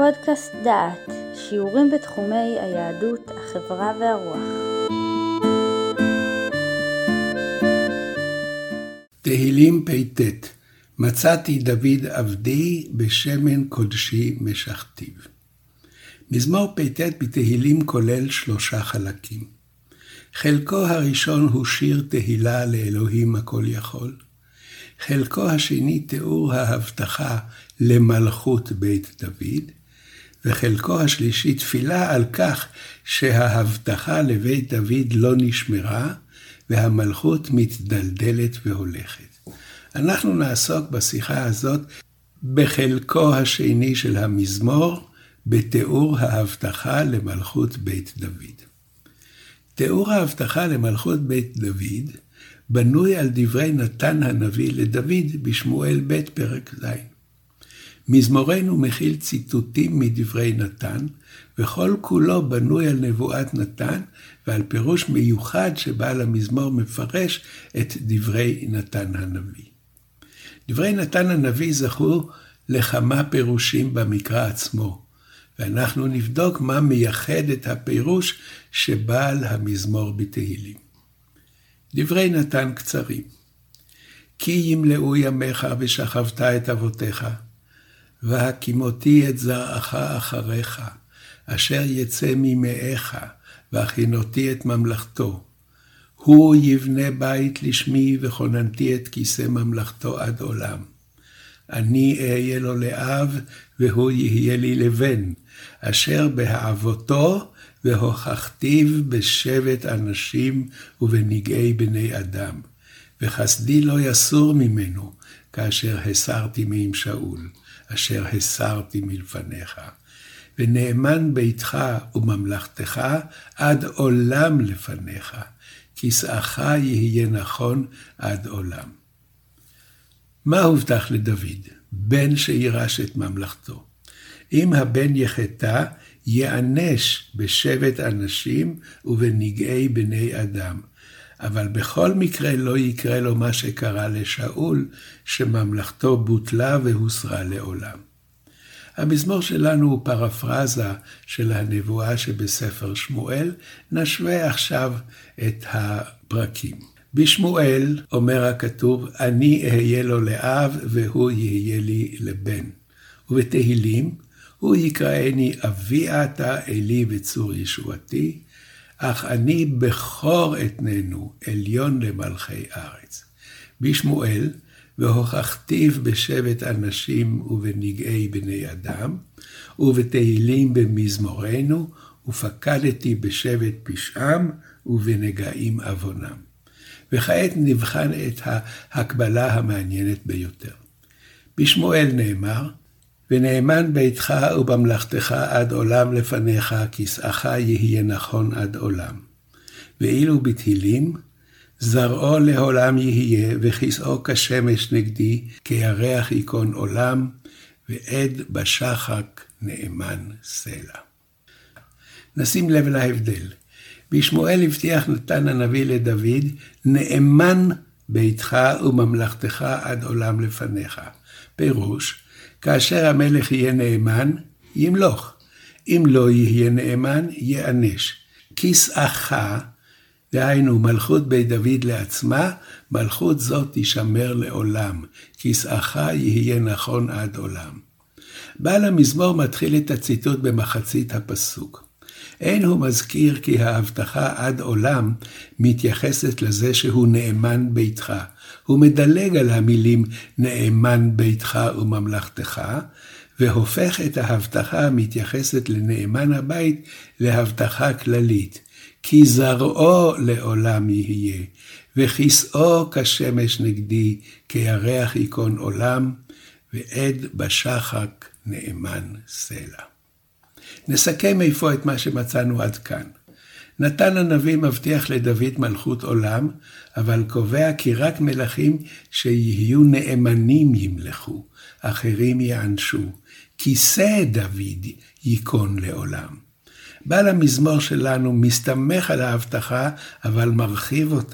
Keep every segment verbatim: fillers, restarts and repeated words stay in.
פודקאסט דעת, שיעורים בתחומי היהדות, החברה והרוח. תהילים פ"ט. מצאתי דוד עבדי בשמן קודשי משכתיו. מזמור פ"ט בתהילים כולל שלושה חלקים. חלקו הראשון הוא שיר תהילה לאלוהים הכל יכול. חלקו השני תיאור ההבטחה למלכות בית דוד, וחלקו השלישי תפילה על כך שההבטחה לבית דוד לא נשמרה, והמלכות מתדלדלת והולכת. אנחנו נעסוק בשיחה הזאת בחלקו השני של המזמור, בתיאור ההבטחה למלכות בית דוד. תיאור ההבטחה למלכות בית דוד בנוי על דברי נתן הנביא לדוד בשמואל ב' פרק ז'. מזמורנו מכיל ציטוטים מדברי נתן, וכל כולו בנוי על נבואת נתן ועל פירוש מיוחד שבעל המזמור מפרש את דברי נתן הנביא. דברי נתן הנביא זכו לכמה פירושים במקרא עצמו, ואנחנו נבדוק מה מייחד את הפירוש שבעל המזמור בתהילים. דברי נתן קצרים. כי ימלאו ימיך ושכבת את אבותיך, והקימותי את זרעך אחריך, אשר יצא ממאיך, והכינותי את ממלכתו. הוא יבנה בית לשמי, וכוננתי את כיסא ממלכתו עד עולם. אני אהיה לו לאב, והוא יהיה לי לבן, אשר בהעבותו, והוכחתיו בשבט אנשים ובנגעי בני אדם. וחסדי לא יסור ממנו, כאשר הסרתי מעם שאול, אשר הסרתי מלפניך. ונאמן ביתך וממלכתך עד עולם לפניך, כיסאך יהיה נכון עד עולם. מה הובטח לדוד? בן שירש את ממלכתו. אם הבן יחטא, יענש בשבט אנשים ובנגעי בני אדם. אבל בכל מקרה לא יקרה לו מה שקרה לשאול, שממלכתו בוטלה והוסרה לעולם. המזמור שלנו הוא פרפרזה של הנבואה שבספר שמואל. נשווה עכשיו את הפרקים. בשמואל אומר הכתוב, אני אהיה לו לאב והוא יהיה לי לבן. ובתהילים, הוא יקראני אבי אתה אלי וצור ישועתי, אך אני בכור אתננו, עליון למלכי ארץ. בשמואל, והוכחתיו בשבט אנשים ובנגעי בני אדם, ובתהילים במזמורנו, ופקדתי בשבט פשעם ובנגעים עוונם. וכעת נבחן את ההקבלה המעניינת ביותר. בשמואל נאמר, ונאמן ביתך ובמלכתך עד עולם לפניך, כיסאך יהיה נכון עד עולם. ואילו בתהילים, זרעו לעולם יהיה, וכיסאו כשמש נגדי, כירח ייכון עולם, ועד בשחק נאמן סלע. נשים לב להבדל. בשמואל הבטיח נתן הנביא לדוד, נאמן ביתך וממלכתך עד עולם לפניך. פירוש, כאשר המלך יהיה נאמן, ימלוך. אם לא יהיה נאמן, יענש. כיסאך, דהיינו מלכות בית דוד לעצמה, מלכות זאת תשמר לעולם. כיסאך יהיה נכון עד עולם. בעל המזמור מתחיל את הציטוט במחצית הפסוק. אין הוא מזכיר כי ההבטחה עד עולם מתייחסת לזה שהוא נאמן ביתך. הוא מדלג על המילים נאמן ביתך וממלכתך, והופך את ההבטחה המתייחסת לנאמן הבית להבטחה כללית. כי זרעו לעולם יהיה, וכיסאו כשמש נגדי, כירח ייכון עולם, ועד בשחק נאמן סלע. נסכם איפה את מה שמצאנו עד כאן. נתן הנביא מבטיח לדוד מלכות עולם, אבל קובע כי רק מלכים שיהיו נאמנים ימלכו, אחרים יענשו. כיסא דוד ייכון לעולם. בעל המזמור שלנו מסתמך על ההבטחה, אבל מרחיב אותה.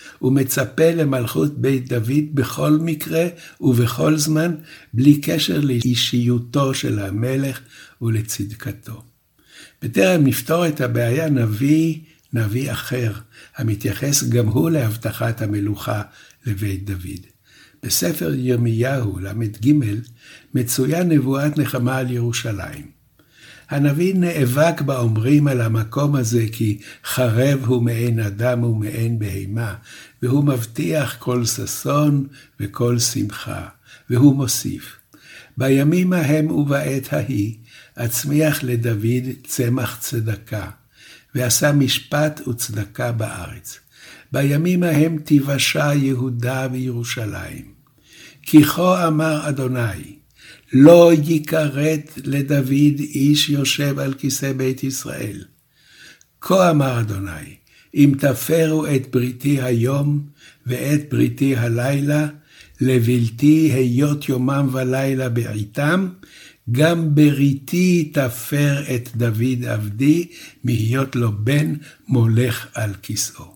ומצפה למלכות בית דוד בכל מקרה ובכל זמן, בלי קשר לאישיותו של המלך ולצדקתו. בטרם נפתור את הבעיה נביא נביא אחר, המתייחס גם הוא להבטחת המלוכה לבית דוד. בספר ירמיהו למד ג' מצויה נבואת נחמה על ירושלים. הנביא נאבק באומרים על המקום הזה כי חרב הוא מעין אדם ומעין בהמה, והוא מבטיח כל ששון וכל שמחה, והוא מוסיף, בימים ההם ובעת ההיא אצמיח לדוד צמח צדקה, ועשה משפט וצדקה בארץ. בימים ההם תיוושע יהודה וירושלים. כי כה אמר אדוני, לא יכרת לדוד איש יושב על כיסא בית ישראל. כה אמר אדוני, אם תפרו את בריתי היום ואת בריתי הלילה, לבלתי היות יומם ולילה בעיתם, גם בריתי תפר את דוד עבדי, מהיות לו בן מולך על כיסאו.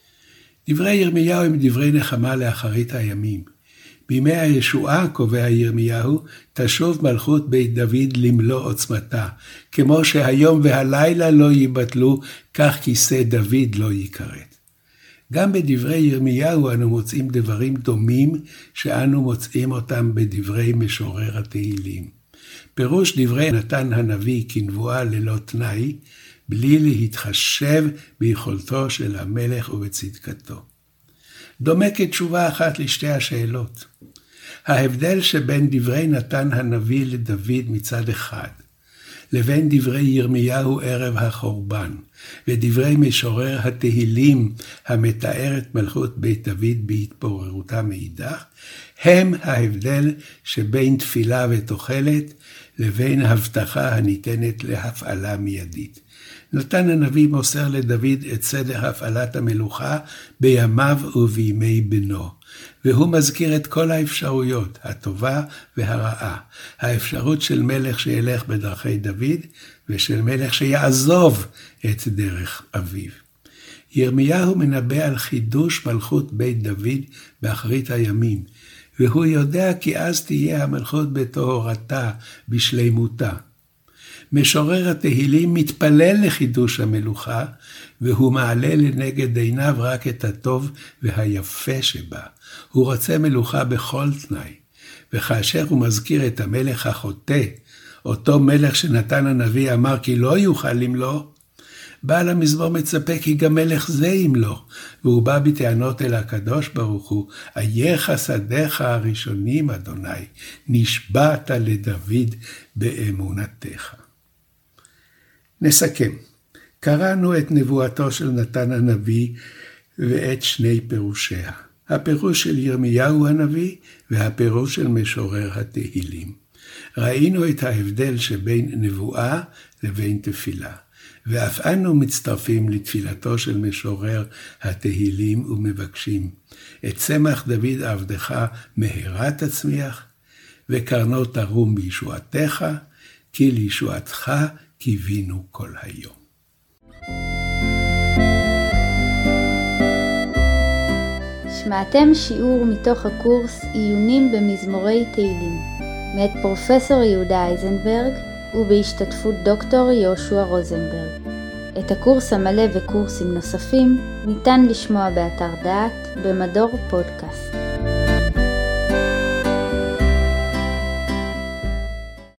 דברי ירמיהו הם דברי נחמה לאחרית הימים. בימי הישועה, קובע ירמיהו, תשוב מלכות בית דוד למלוא עוצמתה, כמו שהיום והלילה לא ייבטלו, כך כיסא דוד לא ייכרת. גם בדברי ירמיהו אנו מוצאים דברים דומים, שאנו מוצאים אותם בדברי משורר התהילים. פירוש דברי נתן הנביא כנבואה ללא תנאי, בלי להתחשב ביכולתו של המלך ובצדקתו. דומה כתשובה אחת לשתי השאלות. ההבדל שבין דברי נתן הנביא לדוד מצד אחד, לבין דברי ירמיהו ערב החורבן, ודברי משורר התהילים המתאר את מלכות בית דוד בהתפוררותה מאידך, הם ההבדל שבין תפילה ותוחלת לבין הבטחה הניתנת להפעלה מיידית. נתן הנביא מוסר לדוד את סדר הפעלת המלוכה בימיו ובימי בנו, והוא מזכיר את כל האפשרויות, הטובה והרעה, האפשרות של מלך שילך בדרכי דוד, ושל מלך שיעזוב את דרך אביו. ירמיהו מנבא על חידוש מלכות בית דוד באחרית הימים, והוא יודע כי אז תהיה המלכות בטהרתה, בשלימותה. משורר התהילים מתפלל לחידוש המלוכה, והוא מעלה לנגד עיניו רק את הטוב והיפה שבה. הוא רוצה מלוכה בכל תנאי, וכאשר הוא מזכיר את המלך החוטא, אותו מלך שנתן הנביא אמר כי לא יוכל למלוא, בעל המזמור מצפה כי גם מלך זה ימלוך, והוא בא בטענות אל הקדוש ברוך הוא, איה חסדיך הראשונים אדוני, נשבעת לדוד באמונתך. נסכם. קראנו את נבואתו של נתן הנביא ואת שני פירושיה. הפירוש של ירמיהו הנביא והפירוש של משורר התהילים. ראינו את ההבדל שבין נבואה לבין תפילה. ואף אנו מצטרפים לתפילתו של משורר התהילים ומבקשים, את צמח דוד עבדך מהרה תצמיח, וקרנו תרום בישועתך, כי לישועתך קיווינו כל היום. שמעתם שיעור מתוך הקורס עיונים במזמורי תהילים, מאת פרופסור יהודה אייזנברג ובהשתתפות דוקטור יהושע רוזנברג. את הקורס המלא וקורסים נוספים ניתן לשמוע באתר דעת במדור פודקאסט.